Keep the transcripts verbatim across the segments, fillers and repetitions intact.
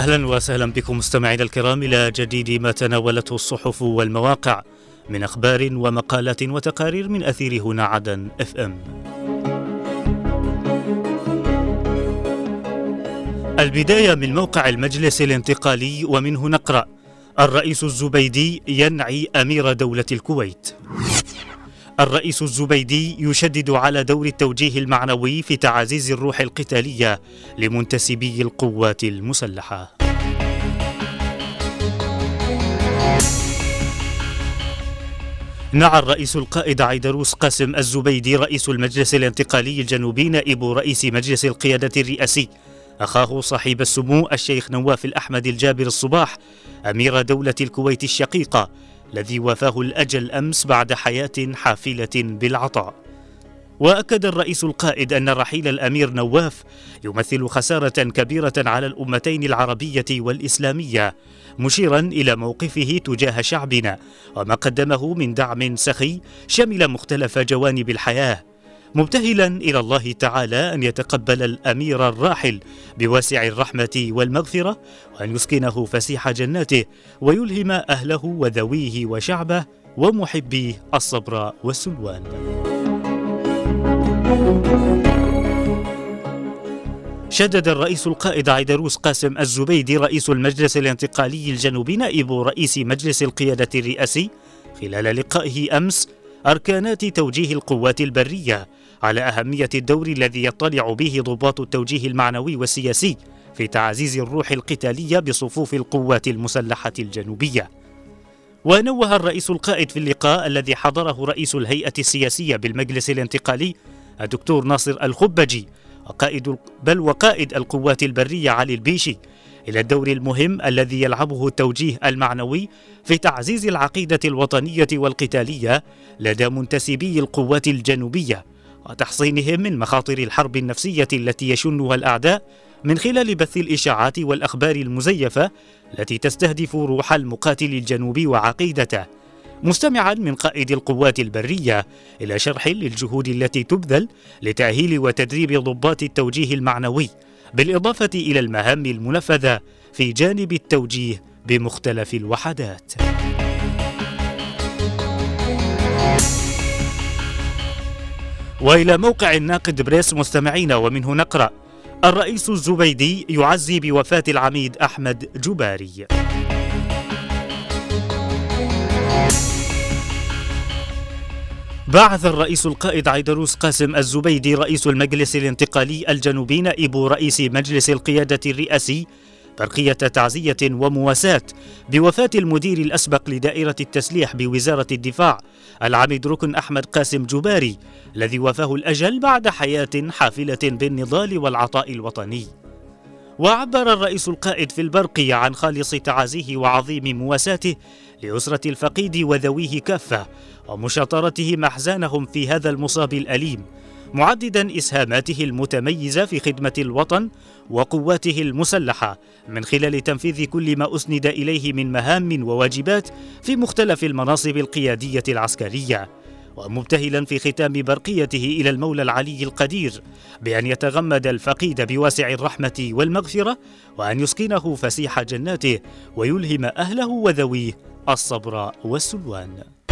أهلا وسهلا بكم مستمعينا الكرام إلى جديد ما تناولته الصحف والمواقع من أخبار ومقالات وتقارير من أثير هنا عدن اف ام. البداية من موقع المجلس الانتقالي ومنه نقرأ: الرئيس الزبيدي ينعي أمير دولة الكويت. الرئيس الزبيدي يشدد على دور التوجيه المعنوي في تعزيز الروح القتالية لمنتسبي القوات المسلحة. نعى الرئيس القائد عيدروس قاسم الزبيدي رئيس المجلس الانتقالي الجنوبي نائب رئيس مجلس القيادة الرئاسي أخاه صاحب السمو الشيخ نواف الأحمد الجابر الصباح أمير دولة الكويت الشقيقة الذي وافاه الأجل أمس بعد حياة حافلة بالعطاء. وأكد الرئيس القائد أن رحيل الأمير نواف يمثل خسارة كبيرة على الأمتين العربية والإسلامية، مشيرا إلى موقفه تجاه شعبنا وما قدمه من دعم سخي شمل مختلف جوانب الحياة، مبتهلا إلى الله تعالى أن يتقبل الأمير الراحل بواسع الرحمة والمغفرة وأن يسكنه فسيح جناته ويلهم أهله وذويه وشعبه ومحبيه الصبر والسلوان. شدد الرئيس القائد عيدروس قاسم الزبيدي رئيس المجلس الانتقالي الجنوبي نائب رئيس مجلس القيادة الرئاسي خلال لقائه أمس أركانات توجيه القوات البرية على أهمية الدور الذي يطلع به ضباط التوجيه المعنوي والسياسي في تعزيز الروح القتالية بصفوف القوات المسلحة الجنوبية. ونوه الرئيس القائد في اللقاء الذي حضره رئيس الهيئة السياسية بالمجلس الانتقالي الدكتور ناصر الخبجي وقائد بل وقائد القوات البرية علي البيشي إلى الدور المهم الذي يلعبه التوجيه المعنوي في تعزيز العقيدة الوطنية والقتالية لدى منتسبي القوات الجنوبية وتحصينهم من مخاطر الحرب النفسية التي يشنها الأعداء من خلال بث الإشاعات والأخبار المزيفة التي تستهدف روح المقاتل الجنوبي وعقيدته، مستمعا من قائد القوات البرية إلى شرح للجهود التي تبذل لتأهيل وتدريب ضباط التوجيه المعنوي بالإضافة إلى المهام المنفذة في جانب التوجيه بمختلف الوحدات. وإلى موقع الناقد بريس مستمعين ومنه نقرأ: الرئيس الزبيدي يعزي بوفاة العميد أحمد جباري. بعث الرئيس القائد عيدروس قاسم الزبيدي رئيس المجلس الانتقالي الجنوبي نائب رئيس مجلس القيادة الرئاسي برقية تعزية ومواساة بوفاة المدير الأسبق لدائرة التسليح بوزارة الدفاع العميد ركن أحمد قاسم جباري الذي وافاه الأجل بعد حياة حافلة بالنضال والعطاء الوطني. وعبر الرئيس القائد في البرقية عن خالص تعازيه وعظيم مواساته لأسرة الفقيد وذويه كافة ومشاطرتهم أحزانهم في هذا المصاب الأليم، معددا إسهاماته المتميزة في خدمة الوطن وقواته المسلحة من خلال تنفيذ كل ما أسند إليه من مهام وواجبات في مختلف المناصب القيادية العسكرية، ومبتهلا في ختام برقيته إلى المولى العلي القدير بأن يتغمد الفقيد بواسع الرحمة والمغفرة وأن يسكنه فسيح جناته ويلهم أهله وذويه الصبر والسلوان.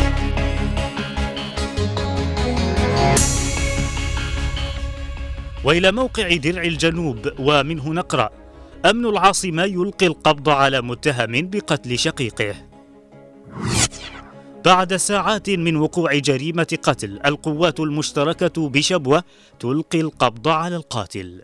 وإلى موقع درع الجنوب ومنه نقرأ: أمن العاصمة يلقي القبض على متهم بقتل شقيقه. بعد ساعات من وقوع جريمة قتل، القوات المشتركة بشبوة تلقي القبض على القاتل.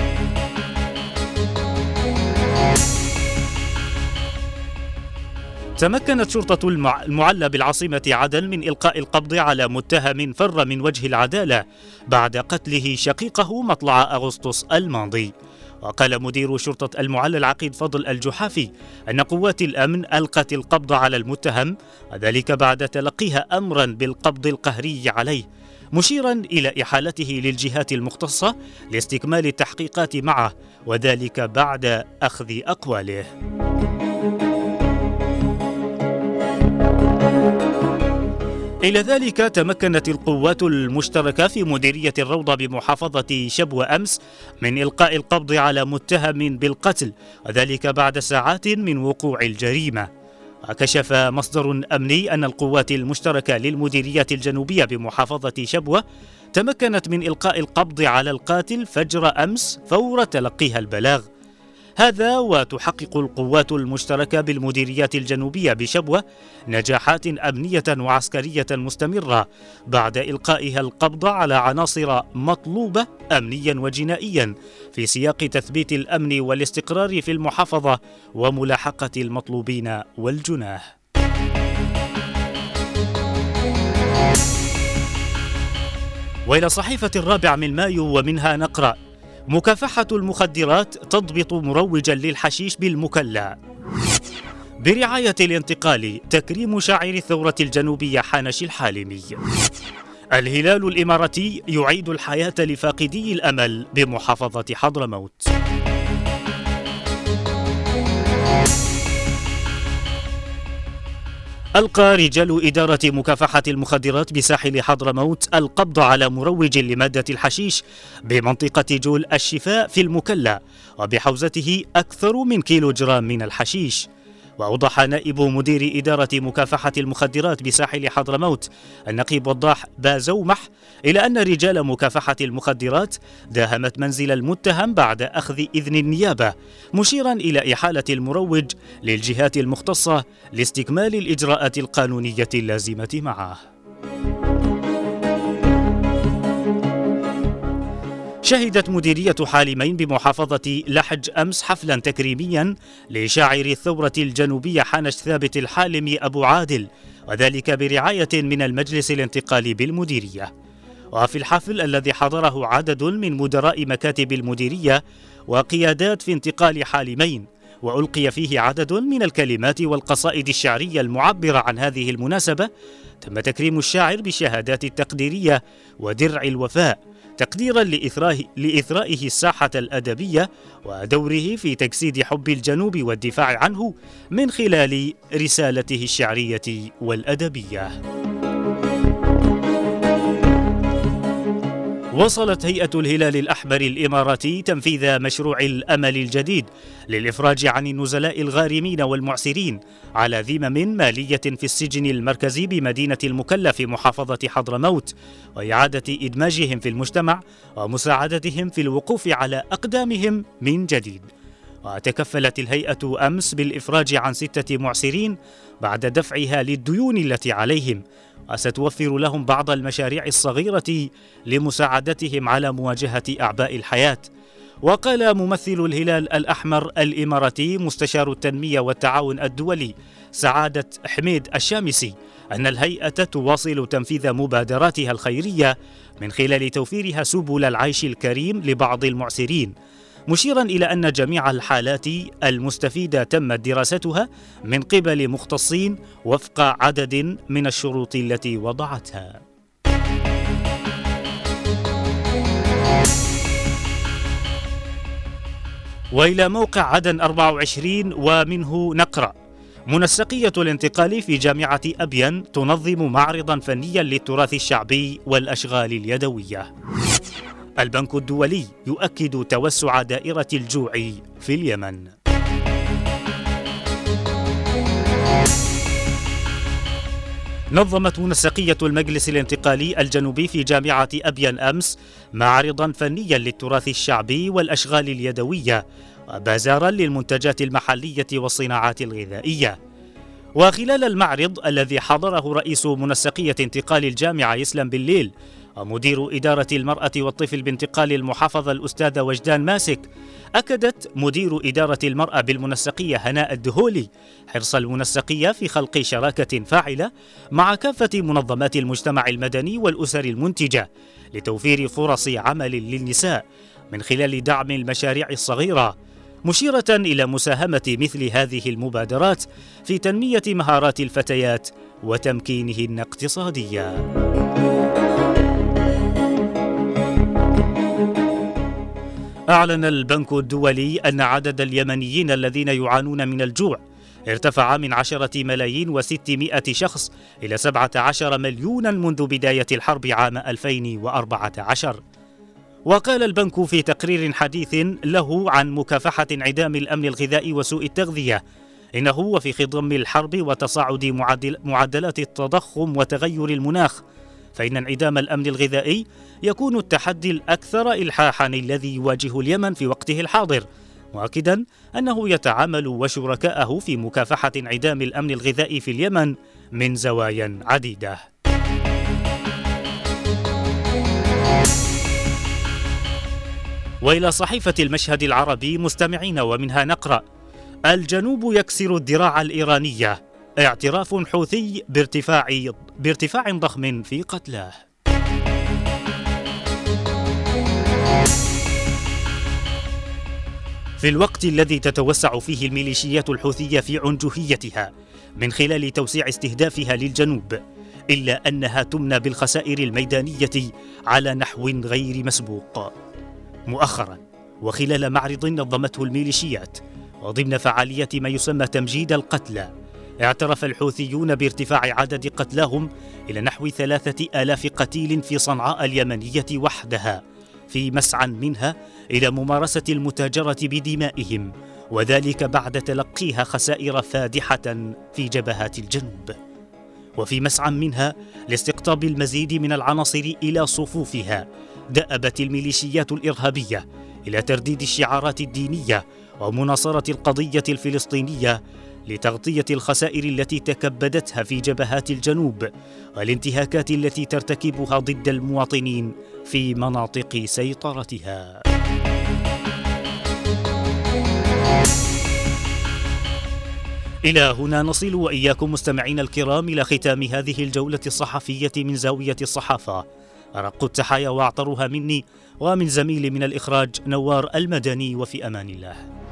تمكنت شرطة المعلى بالعاصمة عدن من إلقاء القبض على متهم فر من وجه العدالة بعد قتله شقيقه مطلع أغسطس الماضي. وقال مدير شرطة المعلى العقيد فضل الجحافي أن قوات الأمن ألقت القبض على المتهم وذلك بعد تلقيها أمرا بالقبض القهري عليه، مشيرا إلى إحالته للجهات المختصة لاستكمال التحقيقات معه وذلك بعد أخذ أقواله. إلى ذلك تمكنت القوات المشتركة في مديرية الروضة بمحافظة شبوة أمس من إلقاء القبض على متهم بالقتل، وذلك بعد ساعات من وقوع الجريمة. وكشف مصدر أمني أن القوات المشتركة للمديريات الجنوبية بمحافظة شبوة تمكنت من إلقاء القبض على القاتل فجر أمس فور تلقيها البلاغ. هذا وتحقق القوات المشتركة بالمديريات الجنوبية بشبوة نجاحات أمنية وعسكرية مستمرة بعد إلقائها القبض على عناصر مطلوبة أمنيا وجنائيا في سياق تثبيت الأمن والاستقرار في المحافظة وملاحقة المطلوبين والجناه. وإلى صحيفة الرابع من مايو ومنها نقرأ: مكافحة المخدرات تضبط مروجا للحشيش بالمكلا. برعاية الانتقال تكريم شاعر الثورة الجنوبية حانش الحالمي. الهلال الإماراتي يعيد الحياة لفاقدي الأمل بمحافظة حضرموت. ألقى رجال إدارة مكافحة المخدرات بساحل حضرموت القبض على مروج لمادة الحشيش بمنطقة جول الشفاء في المكلا، وبحوزته أكثر من كيلو جرام من الحشيش. وأوضح نائب مدير إدارة مكافحة المخدرات بساحل حضرموت النقيب وضاح بازومح إلى أن رجال مكافحة المخدرات داهمت منزل المتهم بعد أخذ إذن النيابة، مشيرا إلى إحالة المروج للجهات المختصة لاستكمال الإجراءات القانونية اللازمة معه. شهدت مديرية حالمين بمحافظة لحج أمس حفلا تكريميا لشاعر الثورة الجنوبية حانش ثابت الحالمي أبو عادل، وذلك برعاية من المجلس الانتقالي بالمديرية. وفي الحفل الذي حضره عدد من مدراء مكاتب المديرية وقيادات في انتقال حالمين، وألقي فيه عدد من الكلمات والقصائد الشعرية المعبرة عن هذه المناسبة، تم تكريم الشاعر بالشهادات التقديرية ودرع الوفاء تقديرا لإثرائه, لإثرائه الساحة الأدبية ودوره في تجسيد حب الجنوب والدفاع عنه من خلال رسالته الشعرية والأدبية. وصلت هيئة الهلال الأحمر الإماراتي تنفيذ مشروع الأمل الجديد للإفراج عن النزلاء الغارمين والمعسرين على ذمم مالية في السجن المركزي بمدينة المكلا في محافظة حضرموت، وإعادة إدماجهم في المجتمع ومساعدتهم في الوقوف على أقدامهم من جديد. وتكفلت الهيئة أمس بالإفراج عن ستة معسرين بعد دفعها للديون التي عليهم، وستوفر لهم بعض المشاريع الصغيرة لمساعدتهم على مواجهة أعباء الحياة. وقال ممثل الهلال الأحمر الإماراتي مستشار التنمية والتعاون الدولي سعادة حميد الشامسي أن الهيئة تواصل تنفيذ مبادراتها الخيرية من خلال توفيرها سبل العيش الكريم لبعض المعسرين، مشيرا إلى أن جميع الحالات المستفيدة تمت دراستها من قبل مختصين وفق عدد من الشروط التي وضعتها. وإلى موقع عدن أربعة وعشرين ومنه نقرأ: منسقية الانتقال في جامعة أبين تنظم معرضا فنيا للتراث الشعبي والأشغال اليدوية. البنك الدولي يؤكد توسع دائرة الجوع في اليمن. نظمت منسقية المجلس الانتقالي الجنوبي في جامعة أبين أمس معرضا فنيا للتراث الشعبي والأشغال اليدوية وبازارا للمنتجات المحلية والصناعات الغذائية. وخلال المعرض الذي حضره رئيس منسقية انتقال الجامعة يسلم بالليل ومدير إدارة المرأة والطفل بانتقال المحافظة الأستاذة وجدان ماسك، أكدت مدير إدارة المرأة بالمنسقية هناء الدهولي حرص المنسقية في خلق شراكة فاعلة مع كافة منظمات المجتمع المدني والأسر المنتجة لتوفير فرص عمل للنساء من خلال دعم المشاريع الصغيرة، مشيرة إلى مساهمة مثل هذه المبادرات في تنمية مهارات الفتيات وتمكينهن اقتصاديا. أعلن البنك الدولي أن عدد اليمنيين الذين يعانون من الجوع ارتفع من عشرة ملايين وستمائة شخص إلى سبعة عشر مليونا منذ بداية الحرب عام ألفين وأربعة عشر. وقال البنك في تقرير حديث له عن مكافحة انعدام الأمن الغذائي وسوء التغذية إنه وفي خضم الحرب وتصاعد معدل معدلات التضخم وتغير المناخ، فإن انعدام الأمن الغذائي يكون التحدي الأكثر إلحاحا الذي يواجه اليمن في وقته الحاضر، مؤكدا أنه يتعامل وشركاءه في مكافحة انعدام الأمن الغذائي في اليمن من زوايا عديدة. وإلى صحيفة المشهد العربي مستمعين، ومنها نقرأ: الجنوب يكسر الذراع الإيرانية، اعتراف حوثي بارتفاع بارتفاع ضخم في قتلاه. في الوقت الذي تتوسع فيه الميليشيات الحوثية في عنجهيتها من خلال توسيع استهدافها للجنوب، إلا أنها تمنى بالخسائر الميدانية على نحو غير مسبوق. مؤخرا وخلال معرض نظمته الميليشيات وضمن فعالية ما يسمى تمجيد القتلى، اعترف الحوثيون بارتفاع عدد قتلاهم إلى نحو ثلاثة آلاف قتيل في صنعاء اليمنية وحدها، في مسعى منها إلى ممارسة المتاجرة بدمائهم، وذلك بعد تلقيها خسائر فادحة في جبهات الجنوب، وفي مسعى منها لاستقطاب المزيد من العناصر إلى صفوفها. دأبت الميليشيات الإرهابية إلى ترديد الشعارات الدينية ومناصرة القضية الفلسطينية لتغطية الخسائر التي تكبدتها في جبهات الجنوب والانتهاكات التي ترتكبها ضد المواطنين في مناطق سيطرتها. إلى هنا نصل وإياكم مستمعين الكرام إلى ختام هذه الجولة الصحفية من زاوية الصحافة. أرق التحايا وأعطرها مني ومن زميلي من الإخراج نوار المدني، وفي أمان الله.